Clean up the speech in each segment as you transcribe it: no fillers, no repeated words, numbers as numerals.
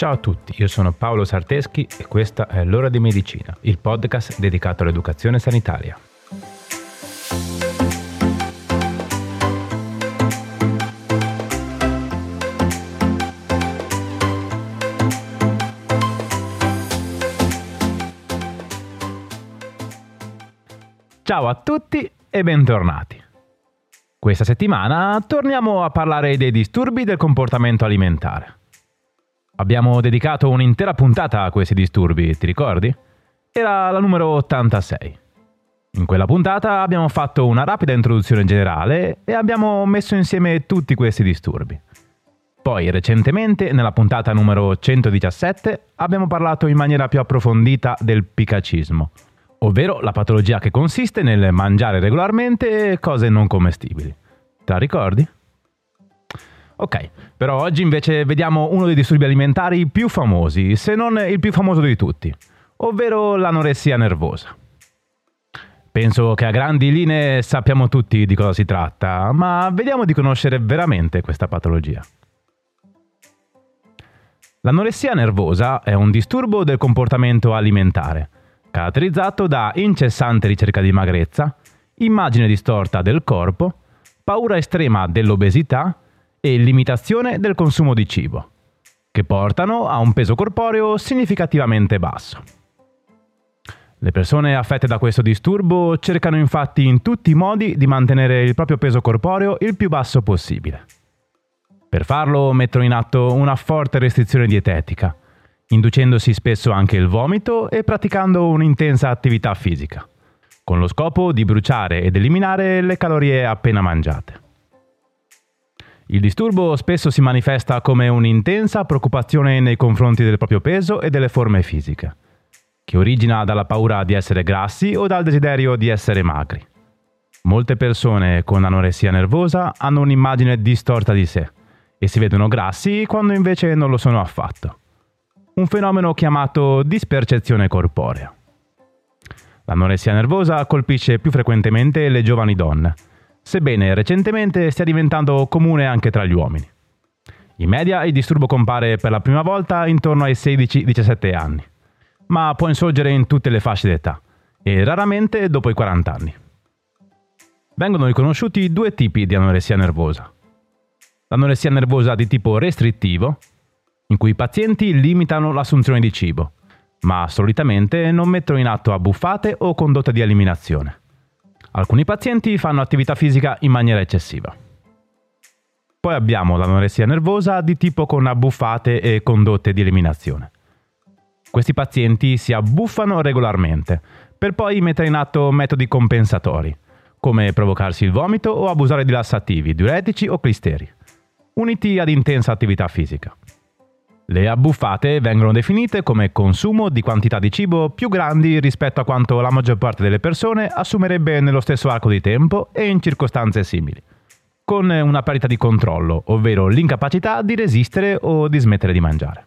Ciao a tutti, io sono Paolo Sarteschi e questa è L'Ora di Medicina, il podcast dedicato all'educazione sanitaria. Ciao a tutti e bentornati. Questa settimana torniamo a parlare dei disturbi del comportamento alimentare. Abbiamo dedicato un'intera puntata a questi disturbi, ti ricordi? Era la numero 86. In quella puntata abbiamo fatto una rapida introduzione generale e abbiamo messo insieme tutti questi disturbi. Poi recentemente, nella puntata numero 117, abbiamo parlato in maniera più approfondita del picacismo, ovvero la patologia che consiste nel mangiare regolarmente cose non commestibili. Te la ricordi? Ok, però oggi invece vediamo uno dei disturbi alimentari più famosi, se non il più famoso di tutti, ovvero l'anoressia nervosa. Penso che a grandi linee sappiamo tutti di cosa si tratta, ma vediamo di conoscere veramente questa patologia. L'anoressia nervosa è un disturbo del comportamento alimentare, caratterizzato da incessante ricerca di magrezza, immagine distorta del corpo, paura estrema dell'obesità e limitazione del consumo di cibo, che portano a un peso corporeo significativamente basso. Le persone affette da questo disturbo cercano infatti in tutti i modi di mantenere il proprio peso corporeo il più basso possibile. Per farlo mettono in atto una forte restrizione dietetica, inducendosi spesso anche il vomito e praticando un'intensa attività fisica, con lo scopo di bruciare ed eliminare le calorie appena mangiate. Il disturbo spesso si manifesta come un'intensa preoccupazione nei confronti del proprio peso e delle forme fisiche, che origina dalla paura di essere grassi o dal desiderio di essere magri. Molte persone con anoressia nervosa hanno un'immagine distorta di sé e si vedono grassi quando invece non lo sono affatto. Un fenomeno chiamato dispercezione corporea. L'anoressia nervosa colpisce più frequentemente le giovani donne, sebbene recentemente stia diventando comune anche tra gli uomini. In media il disturbo compare per la prima volta intorno ai 16-17 anni, ma può insorgere in tutte le fasce d'età e raramente dopo i 40 anni. Vengono riconosciuti due tipi di anoressia nervosa. L'anoressia nervosa di tipo restrittivo, in cui i pazienti limitano l'assunzione di cibo, ma solitamente non mettono in atto abbuffate o condotte di eliminazione. Alcuni pazienti fanno attività fisica in maniera eccessiva. Poi abbiamo l'anoressia nervosa di tipo con abbuffate e condotte di eliminazione. Questi pazienti si abbuffano regolarmente, per poi mettere in atto metodi compensatori, come provocarsi il vomito o abusare di lassativi, diuretici o clisteri, uniti ad intensa attività fisica. Le abbuffate vengono definite come consumo di quantità di cibo più grandi rispetto a quanto la maggior parte delle persone assumerebbe nello stesso arco di tempo e in circostanze simili, con una perdita di controllo, ovvero l'incapacità di resistere o di smettere di mangiare.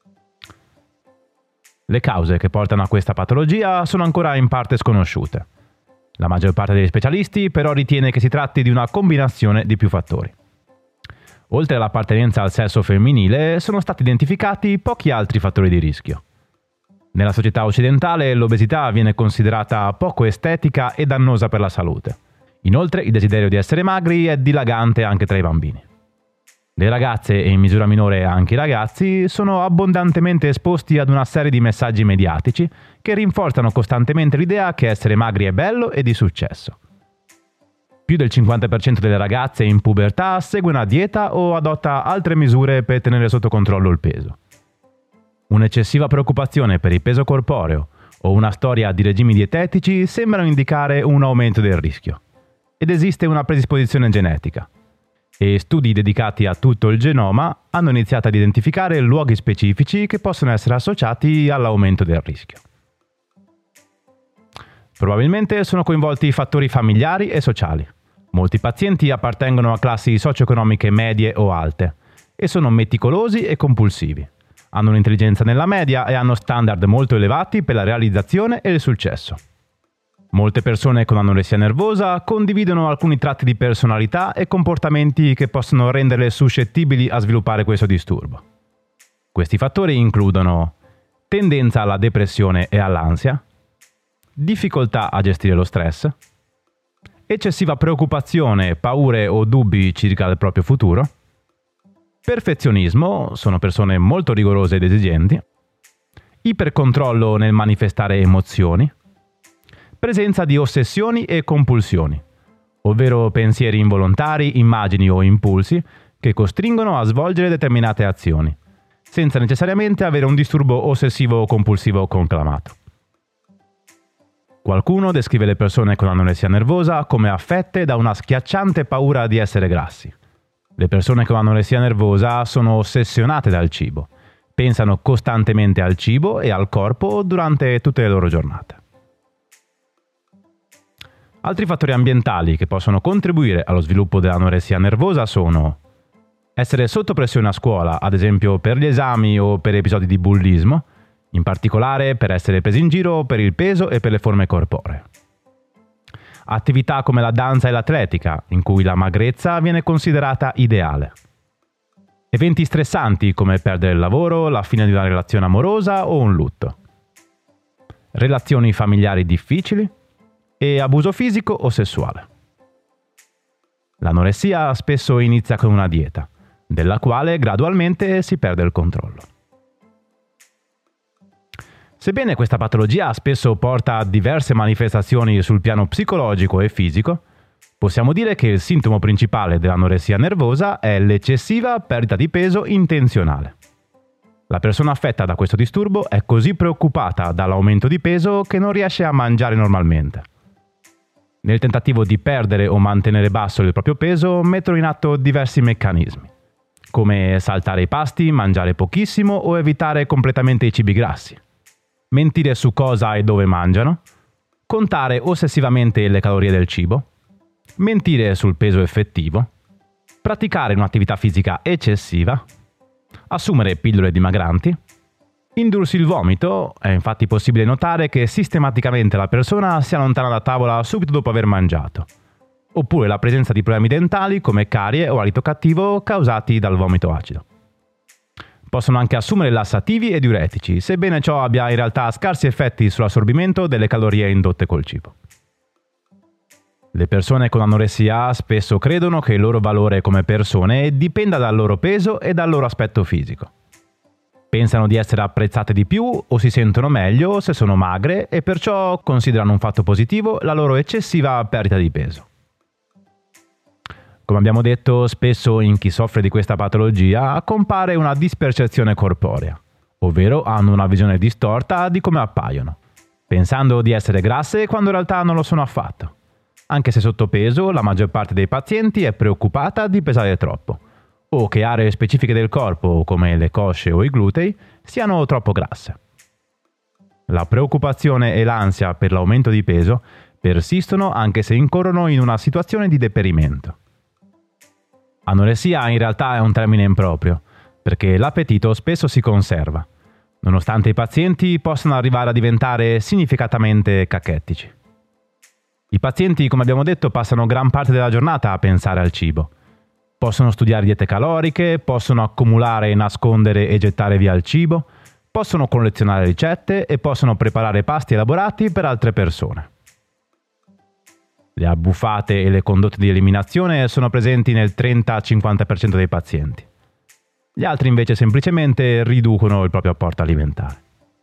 Le cause che portano a questa patologia sono ancora in parte sconosciute. La maggior parte degli specialisti però ritiene che si tratti di una combinazione di più fattori. Oltre all'appartenenza al sesso femminile, sono stati identificati pochi altri fattori di rischio. Nella società occidentale l'obesità viene considerata poco estetica e dannosa per la salute. Inoltre il desiderio di essere magri è dilagante anche tra i bambini. Le ragazze e in misura minore anche i ragazzi sono abbondantemente esposti ad una serie di messaggi mediatici che rinforzano costantemente l'idea che essere magri è bello e di successo. Più del 50% delle ragazze in pubertà segue una dieta o adotta altre misure per tenere sotto controllo il peso. Un'eccessiva preoccupazione per il peso corporeo o una storia di regimi dietetici sembrano indicare un aumento del rischio. Ed esiste una predisposizione genetica. E studi dedicati a tutto il genoma hanno iniziato ad identificare luoghi specifici che possono essere associati all'aumento del rischio. Probabilmente sono coinvolti fattori familiari e sociali. Molti pazienti appartengono a classi socio-economiche medie o alte e sono meticolosi e compulsivi. Hanno un'intelligenza nella media e hanno standard molto elevati per la realizzazione e il successo. Molte persone con anoressia nervosa condividono alcuni tratti di personalità e comportamenti che possono renderle suscettibili a sviluppare questo disturbo. Questi fattori includono tendenza alla depressione e all'ansia, difficoltà a gestire lo stress, eccessiva preoccupazione, paure o dubbi circa il proprio futuro, perfezionismo, sono persone molto rigorose ed esigenti, ipercontrollo nel manifestare emozioni, presenza di ossessioni e compulsioni, ovvero pensieri involontari, immagini o impulsi che costringono a svolgere determinate azioni, senza necessariamente avere un disturbo ossessivo o compulsivo conclamato. Qualcuno descrive le persone con anoressia nervosa come affette da una schiacciante paura di essere grassi. Le persone con anoressia nervosa sono ossessionate dal cibo, pensano costantemente al cibo e al corpo durante tutte le loro giornate. Altri fattori ambientali che possono contribuire allo sviluppo dell'anoressia nervosa sono essere sotto pressione a scuola, ad esempio per gli esami o per episodi di bullismo, in particolare per essere presi in giro per il peso e per le forme corporee. Attività come la danza e l'atletica, in cui la magrezza viene considerata ideale. Eventi stressanti come perdere il lavoro, la fine di una relazione amorosa o un lutto. Relazioni familiari difficili e abuso fisico o sessuale. L'anoressia spesso inizia con una dieta, della quale gradualmente si perde il controllo. Sebbene questa patologia spesso porta a diverse manifestazioni sul piano psicologico e fisico, possiamo dire che il sintomo principale dell'anoressia nervosa è l'eccessiva perdita di peso intenzionale. La persona affetta da questo disturbo è così preoccupata dall'aumento di peso che non riesce a mangiare normalmente. Nel tentativo di perdere o mantenere basso il proprio peso, mettono in atto diversi meccanismi, come saltare i pasti, mangiare pochissimo o evitare completamente i cibi grassi. Mentire su cosa e dove mangiano, contare ossessivamente le calorie del cibo, mentire sul peso effettivo, praticare un'attività fisica eccessiva, assumere pillole dimagranti, indursi il vomito. È infatti possibile notare che sistematicamente la persona si allontana da tavola subito dopo aver mangiato, oppure la presenza di problemi dentali come carie o alito cattivo causati dal vomito acido. Possono anche assumere lassativi e diuretici, sebbene ciò abbia in realtà scarsi effetti sull'assorbimento delle calorie indotte col cibo. Le persone con anoressia spesso credono che il loro valore come persone dipenda dal loro peso e dal loro aspetto fisico. Pensano di essere apprezzate di più o si sentono meglio se sono magre e perciò considerano un fatto positivo la loro eccessiva perdita di peso. Come abbiamo detto, spesso in chi soffre di questa patologia compare una dispercezione corporea, ovvero hanno una visione distorta di come appaiono, pensando di essere grasse quando in realtà non lo sono affatto. Anche se sottopeso, la maggior parte dei pazienti è preoccupata di pesare troppo, o che aree specifiche del corpo, come le cosce o i glutei, siano troppo grasse. La preoccupazione e l'ansia per l'aumento di peso persistono anche se incorrono in una situazione di deperimento. Anoressia in realtà è un termine improprio, perché l'appetito spesso si conserva, nonostante i pazienti possano arrivare a diventare significativamente cachettici. I pazienti, come abbiamo detto, passano gran parte della giornata a pensare al cibo. Possono studiare diete caloriche, possono accumulare, nascondere e gettare via il cibo, possono collezionare ricette e possono preparare pasti elaborati per altre persone. Le abbuffate e le condotte di eliminazione sono presenti nel 30-50% dei pazienti. Gli altri invece semplicemente riducono il proprio apporto alimentare.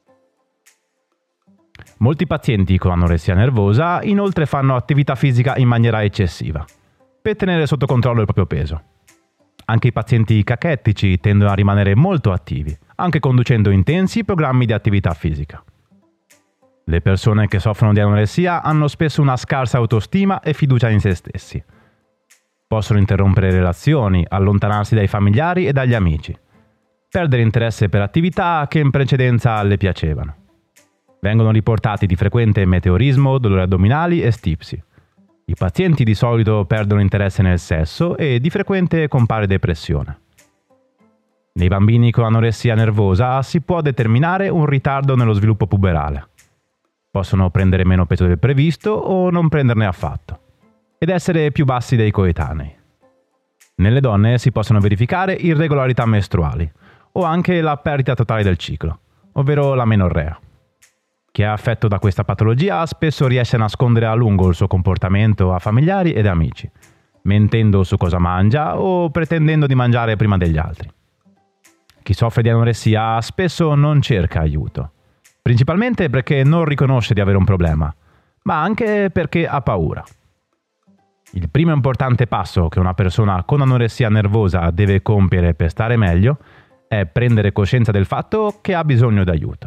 Molti pazienti con anoressia nervosa inoltre fanno attività fisica in maniera eccessiva, per tenere sotto controllo il proprio peso. Anche i pazienti cachettici tendono a rimanere molto attivi, anche conducendo intensi programmi di attività fisica. Le persone che soffrono di anoressia hanno spesso una scarsa autostima e fiducia in se stessi. Possono interrompere relazioni, allontanarsi dai familiari e dagli amici, perdere interesse per attività che in precedenza le piacevano. Vengono riportati di frequente meteorismo, dolori addominali e stipsi. I pazienti di solito perdono interesse nel sesso e di frequente compare depressione. Nei bambini con anoressia nervosa si può determinare un ritardo nello sviluppo puberale. Possono prendere meno peso del previsto o non prenderne affatto, ed essere più bassi dei coetanei. Nelle donne si possono verificare irregolarità mestruali, o anche la perdita totale del ciclo, ovvero l'amenorrea. Chi è affetto da questa patologia spesso riesce a nascondere a lungo il suo comportamento a familiari ed amici, mentendo su cosa mangia o pretendendo di mangiare prima degli altri. Chi soffre di anoressia spesso non cerca aiuto, principalmente perché non riconosce di avere un problema, ma anche perché ha paura. Il primo importante passo che una persona con anoressia nervosa deve compiere per stare meglio è prendere coscienza del fatto che ha bisogno d'aiuto.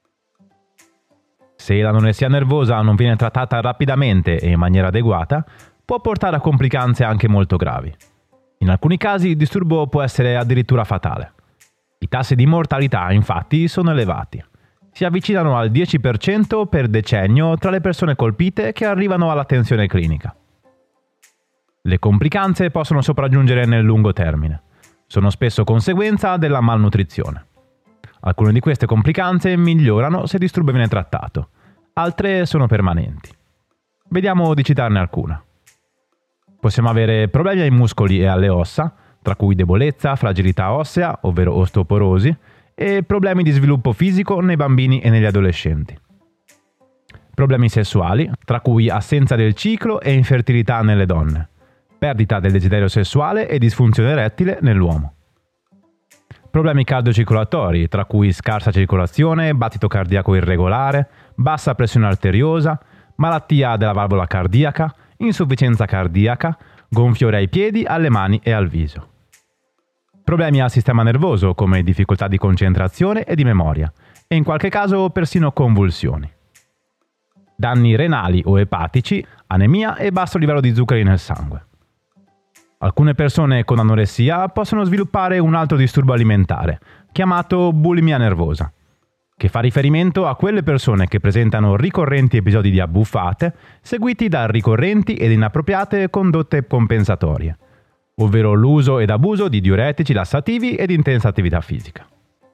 Se l'anoressia nervosa non viene trattata rapidamente e in maniera adeguata, può portare a complicanze anche molto gravi. In alcuni casi il disturbo può essere addirittura fatale. I tassi di mortalità, infatti, sono elevati. Si avvicinano al 10% per decennio tra le persone colpite che arrivano alla tensione clinica. Le complicanze possono sopraggiungere nel lungo termine. Sono spesso conseguenza della malnutrizione. Alcune di queste complicanze migliorano se il disturbo viene trattato, altre sono permanenti. Vediamo di citarne alcune. Possiamo avere problemi ai muscoli e alle ossa, tra cui debolezza, fragilità ossea, ovvero osteoporosi, e problemi di sviluppo fisico nei bambini e negli adolescenti. Problemi sessuali, tra cui assenza del ciclo e infertilità nelle donne, perdita del desiderio sessuale e disfunzione erettile nell'uomo. Problemi cardiocircolatori, tra cui scarsa circolazione, battito cardiaco irregolare, bassa pressione arteriosa, malattia della valvola cardiaca, insufficienza cardiaca, gonfiore ai piedi, alle mani e al viso. Problemi al sistema nervoso, come difficoltà di concentrazione e di memoria, e in qualche caso persino convulsioni. Danni renali o epatici, anemia e basso livello di zuccheri nel sangue. Alcune persone con anoressia possono sviluppare un altro disturbo alimentare, chiamato bulimia nervosa, che fa riferimento a quelle persone che presentano ricorrenti episodi di abbuffate, seguiti da ricorrenti ed inappropriate condotte compensatorie, ovvero l'uso ed abuso di diuretici lassativi ed intensa attività fisica.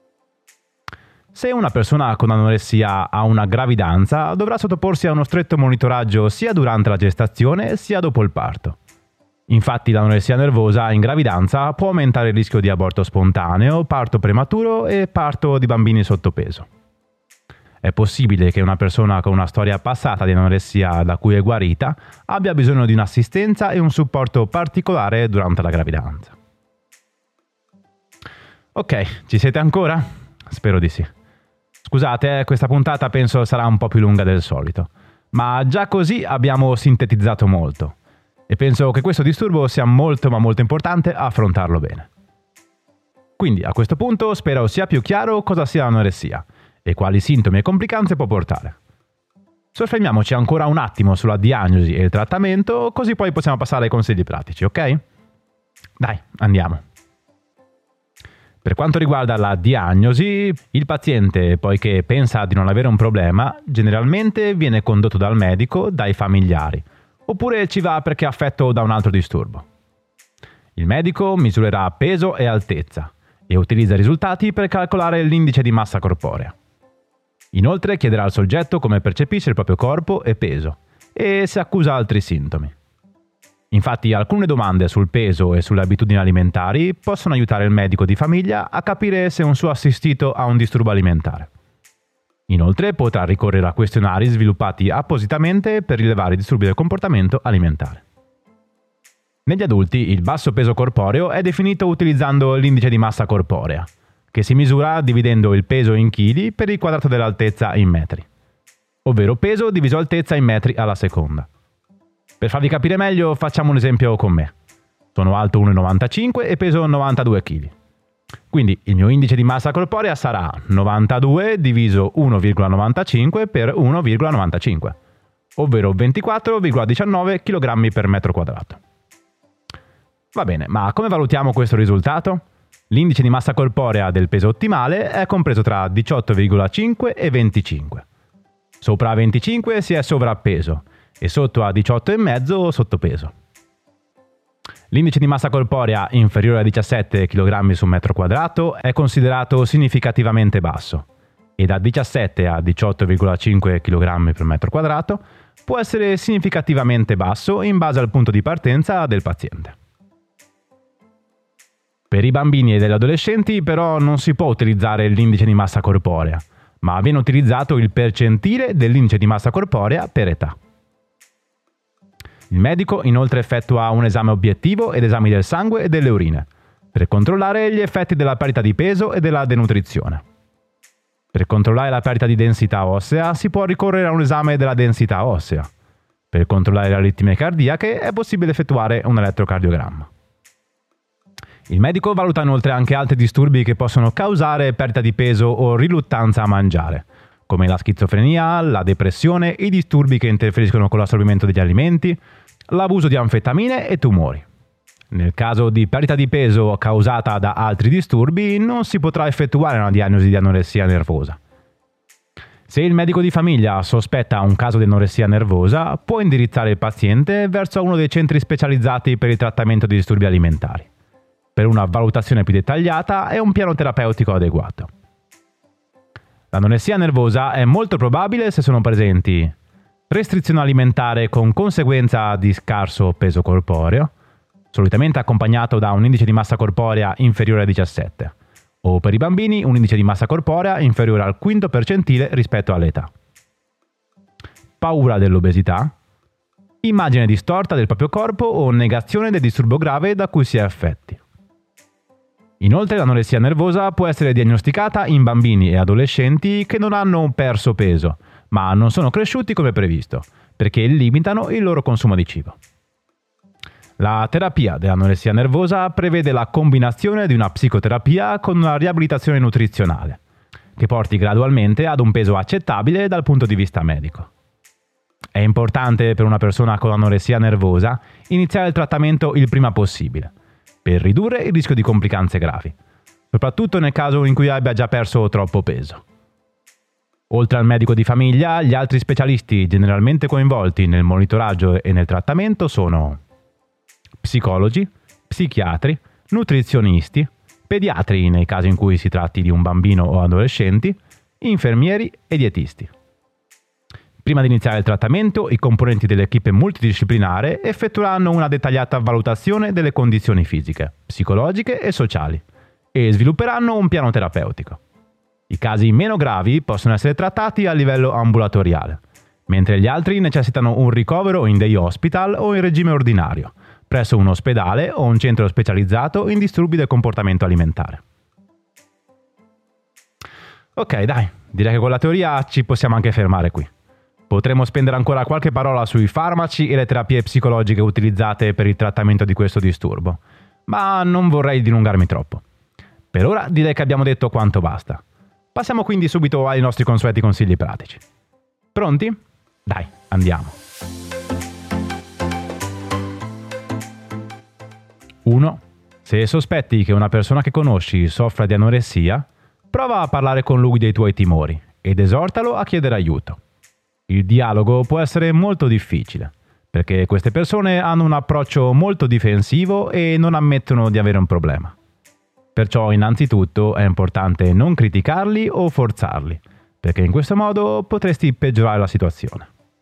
Se una persona con anoressia ha una gravidanza, dovrà sottoporsi a uno stretto monitoraggio sia durante la gestazione sia dopo il parto. Infatti l'anoressia nervosa in gravidanza può aumentare il rischio di aborto spontaneo, parto prematuro e parto di bambini sottopeso. È possibile che una persona con una storia passata di anoressia da cui è guarita abbia bisogno di un'assistenza e un supporto particolare durante la gravidanza. Ok, ci siete ancora? Spero di sì. Scusate, questa puntata penso sarà un po' più lunga del solito, ma già così abbiamo sintetizzato molto. E penso che questo disturbo sia molto ma molto importante affrontarlo bene. Quindi a questo punto spero sia più chiaro cosa sia l'anoressia e quali sintomi e complicanze può portare. Soffermiamoci ancora un attimo sulla diagnosi e il trattamento, così poi possiamo passare ai consigli pratici, ok? Dai, andiamo. Per quanto riguarda la diagnosi, il paziente, poiché pensa di non avere un problema, generalmente viene condotto dal medico, dai familiari, oppure ci va perché è affetto da un altro disturbo. Il medico misurerà peso e altezza e utilizza i risultati per calcolare l'indice di massa corporea. Inoltre chiederà al soggetto come percepisce il proprio corpo e peso e se accusa altri sintomi. Infatti alcune domande sul peso e sulle abitudini alimentari possono aiutare il medico di famiglia a capire se un suo assistito ha un disturbo alimentare. Inoltre potrà ricorrere a questionari sviluppati appositamente per rilevare i disturbi del comportamento alimentare. Negli adulti il basso peso corporeo è definito utilizzando l'indice di massa corporea, che si misura dividendo il peso in chili per il quadrato dell'altezza in metri, ovvero peso diviso altezza in metri alla seconda. Per farvi capire meglio facciamo un esempio con me. Sono alto 1,95 e peso 92 kg. Quindi il mio indice di massa corporea sarà 92 diviso 1,95 per 1,95, ovvero 24,19 kg per metro quadrato. Va bene, ma come valutiamo questo risultato? L'indice di massa corporea del peso ottimale è compreso tra 18,5 e 25. Sopra 25 si è sovrappeso e sotto a 18,5 sottopeso. L'indice di massa corporea inferiore a 17 kg su metro quadrato è considerato significativamente basso e da 17 a 18,5 kg per metro quadrato può essere significativamente basso in base al punto di partenza del paziente. Per i bambini e gli adolescenti però non si può utilizzare l'indice di massa corporea, ma viene utilizzato il percentile dell'indice di massa corporea per età. Il medico inoltre effettua un esame obiettivo ed esami del sangue e delle urine, per controllare gli effetti della perdita di peso e della denutrizione. Per controllare la perdita di densità ossea si può ricorrere a un esame della densità ossea. Per controllare le aritmie cardiache è possibile effettuare un elettrocardiogramma. Il medico valuta inoltre anche altri disturbi che possono causare perdita di peso o riluttanza a mangiare, come la schizofrenia, la depressione, i disturbi che interferiscono con l'assorbimento degli alimenti, l'abuso di anfetamine e tumori. Nel caso di perdita di peso causata da altri disturbi, non si potrà effettuare una diagnosi di anoressia nervosa. Se il medico di famiglia sospetta un caso di anoressia nervosa, può indirizzare il paziente verso uno dei centri specializzati per il trattamento di disturbi alimentari, per una valutazione più dettagliata e un piano terapeutico adeguato. L'anoressia nervosa è molto probabile se sono presenti restrizione alimentare con conseguenza di scarso peso corporeo, solitamente accompagnato da un indice di massa corporea inferiore a 17, o per i bambini un indice di massa corporea inferiore al quinto percentile rispetto all'età. Paura dell'obesità, immagine distorta del proprio corpo o negazione del disturbo grave da cui si è affetti. Inoltre l'anoressia nervosa può essere diagnosticata in bambini e adolescenti che non hanno perso peso, ma non sono cresciuti come previsto, perché limitano il loro consumo di cibo. La terapia dell'anoressia nervosa prevede la combinazione di una psicoterapia con una riabilitazione nutrizionale, che porti gradualmente ad un peso accettabile dal punto di vista medico. È importante per una persona con anoressia nervosa iniziare il trattamento il prima possibile, per ridurre il rischio di complicanze gravi, soprattutto nel caso in cui abbia già perso troppo peso. Oltre al medico di famiglia, gli altri specialisti generalmente coinvolti nel monitoraggio e nel trattamento sono psicologi, psichiatri, nutrizionisti, pediatri nei casi in cui si tratti di un bambino o adolescenti, infermieri e dietisti. Prima di iniziare il trattamento, i componenti dell'equipe multidisciplinare effettueranno una dettagliata valutazione delle condizioni fisiche, psicologiche e sociali e svilupperanno un piano terapeutico. I casi meno gravi possono essere trattati a livello ambulatoriale, mentre gli altri necessitano un ricovero in day hospital o in regime ordinario, presso un ospedale o un centro specializzato in disturbi del comportamento alimentare. Ok, dai, direi che con la teoria ci possiamo anche fermare qui. Potremmo spendere ancora qualche parola sui farmaci e le terapie psicologiche utilizzate per il trattamento di questo disturbo, ma non vorrei dilungarmi troppo. Per ora direi che abbiamo detto quanto basta. Passiamo quindi subito ai nostri consueti consigli pratici. Pronti? Dai, andiamo. 1. Se sospetti che una persona che conosci soffra di anoressia, prova a parlare con lui dei tuoi timori ed esortalo a chiedere aiuto. Il dialogo può essere molto difficile, perché queste persone hanno un approccio molto difensivo e non ammettono di avere un problema. Perciò innanzitutto è importante non criticarli o forzarli, perché in questo modo potresti peggiorare la situazione.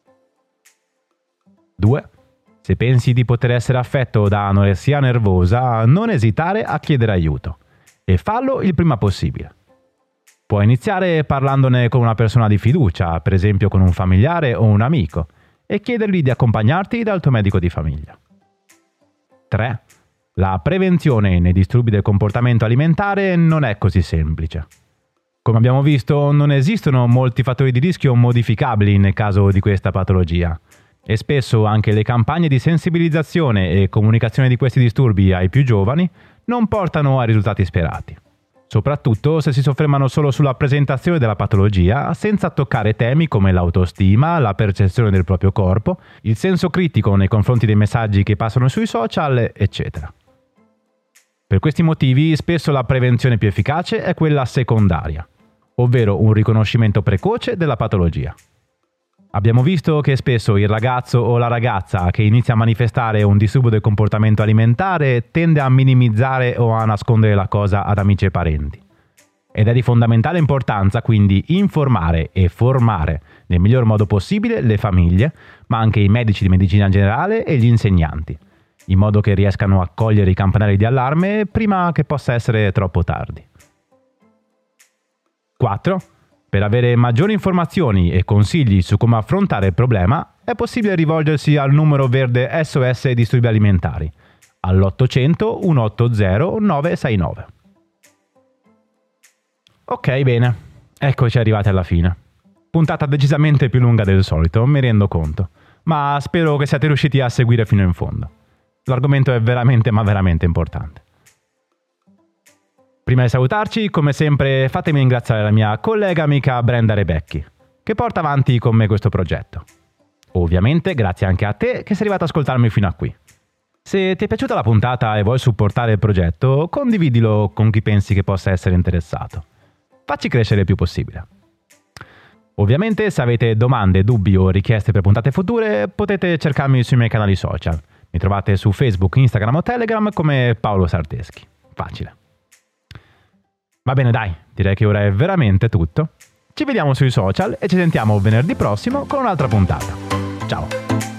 2. Se pensi di poter essere affetto da anoressia nervosa, non esitare a chiedere aiuto e fallo il prima possibile. Puoi iniziare parlandone con una persona di fiducia, per esempio con un familiare o un amico, e chiedergli di accompagnarti dal tuo medico di famiglia. 3. La prevenzione nei disturbi del comportamento alimentare non è così semplice. Come abbiamo visto, non esistono molti fattori di rischio modificabili nel caso di questa patologia, e spesso anche le campagne di sensibilizzazione e comunicazione di questi disturbi ai più giovani non portano ai risultati sperati. Soprattutto se si soffermano solo sulla presentazione della patologia, senza toccare temi come l'autostima, la percezione del proprio corpo, il senso critico nei confronti dei messaggi che passano sui social, eccetera. Per questi motivi, spesso la prevenzione più efficace è quella secondaria, ovvero un riconoscimento precoce della patologia. Abbiamo visto che spesso il ragazzo o la ragazza che inizia a manifestare un disturbo del comportamento alimentare tende a minimizzare o a nascondere la cosa ad amici e parenti. Ed è di fondamentale importanza quindi informare e formare nel miglior modo possibile le famiglie, ma anche i medici di medicina generale e gli insegnanti, in modo che riescano a cogliere i campanelli di allarme prima che possa essere troppo tardi. 4. Per avere maggiori informazioni e consigli su come affrontare il problema, è possibile rivolgersi al numero verde SOS Disturbi Alimentari, all'800 180 969. Ok, bene. Eccoci arrivati alla fine. Puntata decisamente più lunga del solito, mi rendo conto, ma spero che siate riusciti a seguire fino in fondo. L'argomento è veramente ma veramente importante. Prima di salutarci, come sempre, fatemi ringraziare la mia collega amica Brenda Rebecchi, che porta avanti con me questo progetto. Ovviamente grazie anche a te che sei arrivato ad ascoltarmi fino a qui. Se ti è piaciuta la puntata e vuoi supportare il progetto, condividilo con chi pensi che possa essere interessato. Facci crescere il più possibile. Ovviamente, se avete domande, dubbi o richieste per puntate future, potete cercarmi sui miei canali social. Mi trovate su Facebook, Instagram o Telegram come Paolo Sarteschi. Facile. Va bene, dai, direi che ora è veramente tutto. Ci vediamo sui social e ci sentiamo venerdì prossimo con un'altra puntata. Ciao!